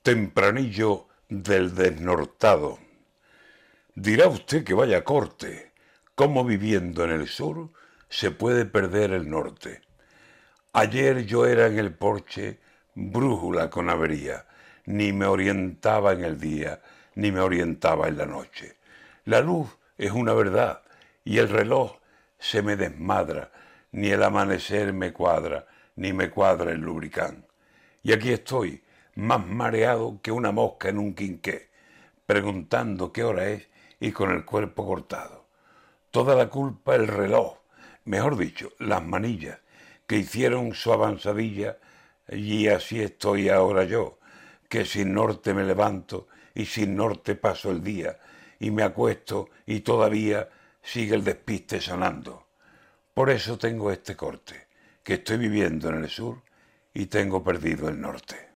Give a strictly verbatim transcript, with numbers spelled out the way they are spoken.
Tempranillo del desnortado. Dirá usted que vaya corte, cómo viviendo en el sur se puede perder el norte. Ayer yo era en el porche brújula con avería, ni me orientaba en el día, ni me orientaba en la noche. La luz es una verdad y el reloj se me desmadra, ni el amanecer me cuadra, ni me cuadra el lubricán. Y aquí estoy, más mareado que una mosca en un quinqué, preguntando qué hora es y con el cuerpo cortado. Toda la culpa el reloj, mejor dicho, las manillas, que hicieron su avanzadilla, y así estoy ahora yo, que sin norte me levanto y sin norte paso el día, y me acuesto y todavía sigue el despiste sonando. Por eso tengo este corte, que estoy viviendo en el sur y tengo perdido el norte.